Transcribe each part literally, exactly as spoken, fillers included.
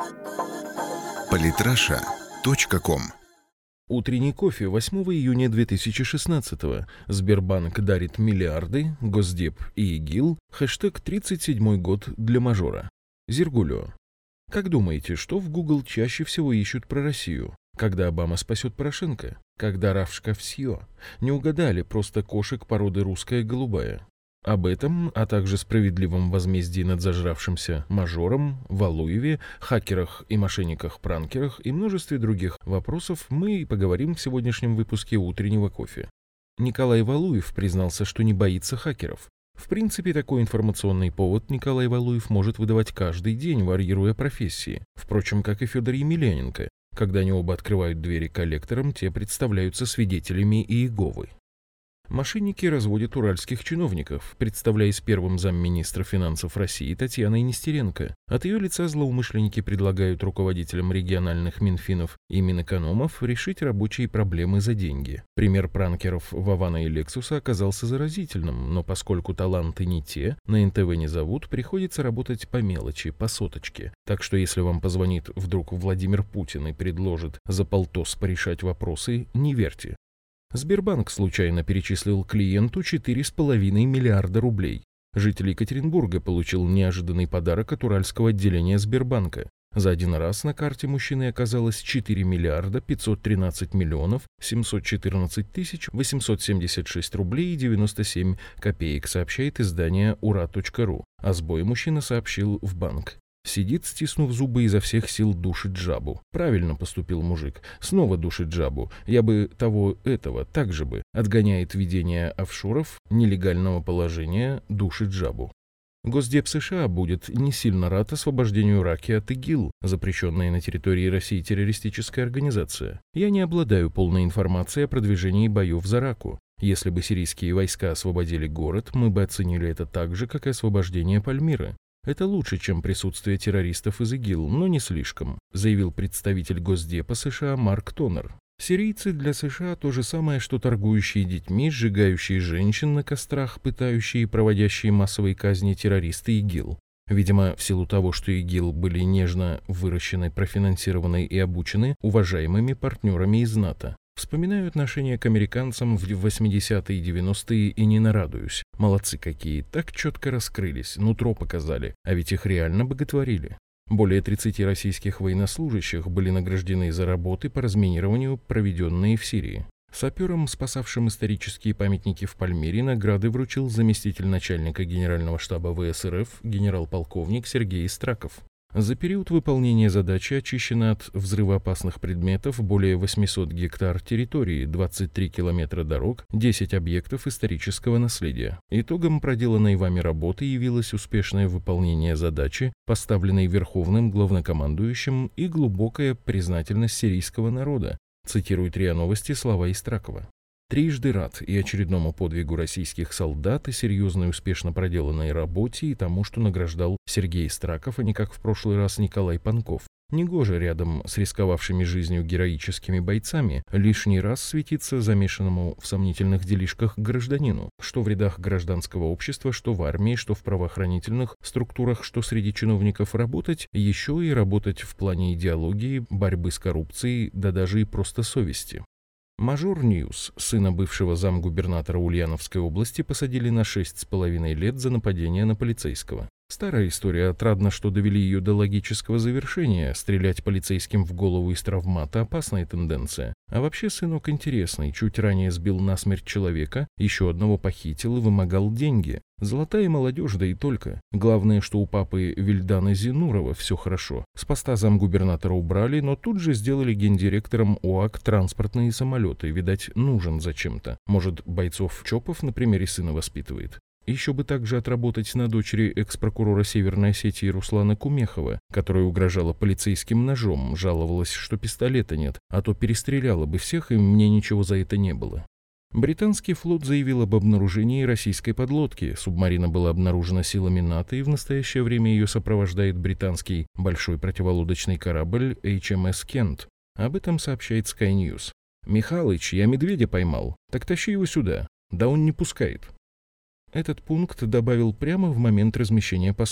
политраша точка ком. Утренний кофе восьмого июня две тысячи шестнадцатого. Сбербанк дарит миллиарды, Госдеп и ИГИЛ, хэштег тридцать седьмой год для мажора. Зергулио. Как думаете, что в Google чаще всего ищут про Россию? Когда Обама спасет Порошенко? Когда Равшка всё? Не угадали, просто кошек породы русская голубая. Об этом, а также справедливом возмездии над зажравшимся мажором, Валуеве, хакерах и мошенниках-пранкерах и множестве других вопросов мы и поговорим в сегодняшнем выпуске утреннего кофе. Николай Валуев признался, что не боится хакеров. В принципе, такой информационный повод Николай Валуев может выдавать каждый день, варьируя профессии. Впрочем, как и Федор Емельяненко. Когда они оба открывают двери коллекторам, те представляются свидетелями Иеговы. Мошенники разводят уральских чиновников, представляясь первым замминистра финансов России Татьяной Нестеренко. От ее лица злоумышленники предлагают руководителям региональных Минфинов и Минэкономов решить рабочие проблемы за деньги. Пример пранкеров Вована и Лексуса оказался заразительным, но поскольку таланты не те, на эн тэ вэ не зовут, приходится работать по мелочи, по соточке. Так что если вам позвонит вдруг Владимир Путин и предложит за полтос порешать вопросы, не верьте. Сбербанк случайно перечислил клиенту четыре с половиной миллиарда рублей. Житель Екатеринбурга получил неожиданный подарок от уральского отделения Сбербанка. За один раз на карте мужчины оказалось четыре миллиарда пятьсот тринадцать миллионов семьсот четырнадцать тысяч восемьсот семьдесят шесть рублей и девяносто семь копеек, сообщает издание ура точка ру. О сбое мужчина сообщил в банк. Сидит, стиснув зубы, изо всех сил душит жабу. Правильно поступил мужик. Снова душит жабу. Я бы того этого, так же бы. Отгоняет ведение офшоров, нелегального положения, душит жабу. Госдеп США будет не сильно рад освобождению Раки от ИГИЛ, запрещенной на территории России террористическая организация. Я не обладаю полной информацией о продвижении боев за Раку. Если бы сирийские войска освободили город, мы бы оценили это так же, как и освобождение Пальмиры. Это лучше, чем присутствие террористов из ИГИЛ, но не слишком, заявил представитель Госдепа США Марк Тонер. Сирийцы для США то же самое, что торгующие детьми, сжигающие женщин на кострах, пытающие и проводящие массовые казни террористы ИГИЛ. Видимо, в силу того, что ИГИЛ были нежно выращены, профинансированы и обучены уважаемыми партнерами из НАТО. Вспоминаю отношение к американцам в восьмидесятые и девяностые и не нарадуюсь. Молодцы какие, так четко раскрылись, нутро показали, а ведь их реально боготворили. Более тридцати российских военнослужащих были награждены за работы по разминированию, проведенные в Сирии. Саперам, спасавшим исторические памятники в Пальмире, награды вручил заместитель начальника Генерального штаба вэ эс эр эф генерал-полковник Сергей Истраков. За период выполнения задачи очищено от взрывоопасных предметов более восьмисот гектар территории, двадцать три километра дорог, десять объектов исторического наследия. Итогом проделанной вами работы явилось успешное выполнение задачи, поставленной Верховным главнокомандующим, и глубокая признательность сирийского народа, цитирует РИА Новости слова Истракова. Трижды рад и очередному подвигу российских солдат, и серьезной успешно проделанной работе, и тому, что награждал Сергей Истраков, а не как в прошлый раз Николай Панков. Негоже рядом с рисковавшими жизнью героическими бойцами лишний раз светиться замешанному в сомнительных делишках гражданину, что в рядах гражданского общества, что в армии, что в правоохранительных структурах, что среди чиновников работать, еще и работать в плане идеологии, борьбы с коррупцией, да даже и просто совести. Мажор Ньюс, сына бывшего замгубернатора Ульяновской области, посадили на шесть с половиной лет за нападение на полицейского. Старая история, отрадно, что довели ее до логического завершения. Стрелять полицейским в голову из травмата – опасная тенденция. А вообще сынок интересный. Чуть ранее сбил насмерть человека, еще одного похитил и вымогал деньги. Золотая молодежь, да и только. Главное, что у папы Вильдана Зинурова все хорошо. С поста замгубернатора убрали, но тут же сделали гендиректором ОАК транспортные самолеты. Видать, нужен зачем-то. Может, бойцов ЧОПов на примере сына воспитывает. Еще бы также отработать на дочери экс-прокурора Северной Осетии Руслана Кумехова, которая угрожала полицейским ножом, жаловалась, что пистолета нет, а то перестреляла бы всех, и мне ничего за это не было. Британский флот заявил об обнаружении российской подлодки. Субмарина была обнаружена силами НАТО, и в настоящее время ее сопровождает британский большой противолодочный корабль эйч эм эс «Кент». Об этом сообщает Sky News. «Михалыч, я медведя поймал. Так тащи его сюда». Да он не пускает. Этот пункт добавил прямо в момент размещения поста.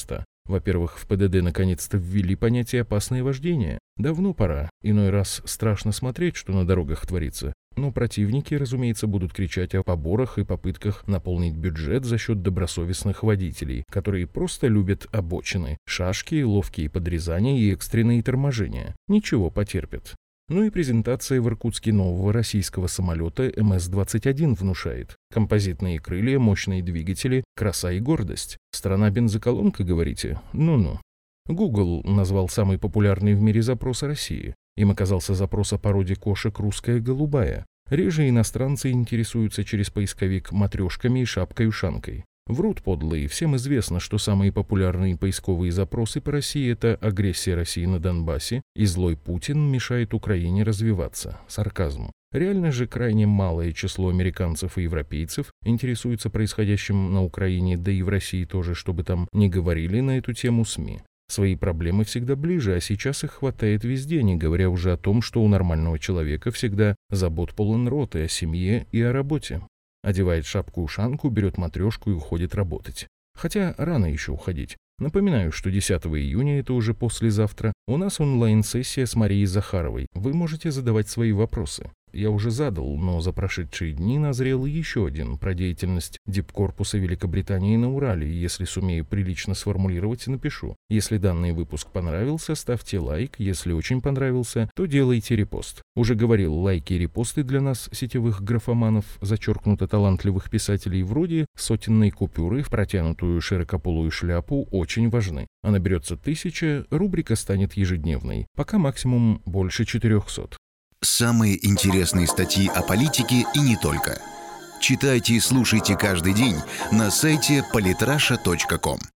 Во-первых, в ПДД наконец-то ввели понятие «опасное вождение». Давно пора. Иной раз страшно смотреть, что на дорогах творится. Но противники, разумеется, будут кричать о поборах и попытках наполнить бюджет за счет добросовестных водителей, которые просто любят обочины, шашки, ловкие подрезания и экстренные торможения. Ничего, потерпят. Ну и презентация в Иркутске нового российского самолета эм эс двадцать один внушает. Композитные крылья, мощные двигатели, краса и гордость. Страна-бензоколонка, говорите? Ну-ну. Google назвал самый популярный в мире запрос о России. Им оказался запрос о породе кошек «русская голубая». Реже иностранцы интересуются через поисковик матрешками и шапкой-ушанкой. Врут подлые, всем известно, что самые популярные поисковые запросы по России – это агрессия России на Донбассе и злой Путин мешает Украине развиваться. Сарказм. Реально же крайне малое число американцев и европейцев интересуется происходящим на Украине, да и в России тоже, чтобы там не говорили на эту тему СМИ. Свои проблемы всегда ближе, а сейчас их хватает везде, не говоря уже о том, что у нормального человека всегда забот полон рот и о семье, и о работе. Одевает шапку-ушанку, берет матрешку и уходит работать. Хотя рано еще уходить. Напоминаю, что десятого июня, это уже послезавтра, у нас онлайн-сессия с Марией Захаровой. Вы можете задавать свои вопросы. Я уже задал, но за прошедшие дни назрел еще один про деятельность дипкорпуса Великобритании на Урале. Если сумею прилично сформулировать, напишу. Если данный выпуск понравился, ставьте лайк. Если очень понравился, то делайте репост. Уже говорил, лайки и репосты для нас, сетевых графоманов, зачеркнуто талантливых писателей, вроде сотенной купюры в протянутую широкополую шляпу, очень важны. А наберется тысяча, рубрика станет ежедневной. Пока максимум больше четырехсот. Самые интересные статьи о политике и не только. Читайте и слушайте каждый день на сайте политраша точка ком.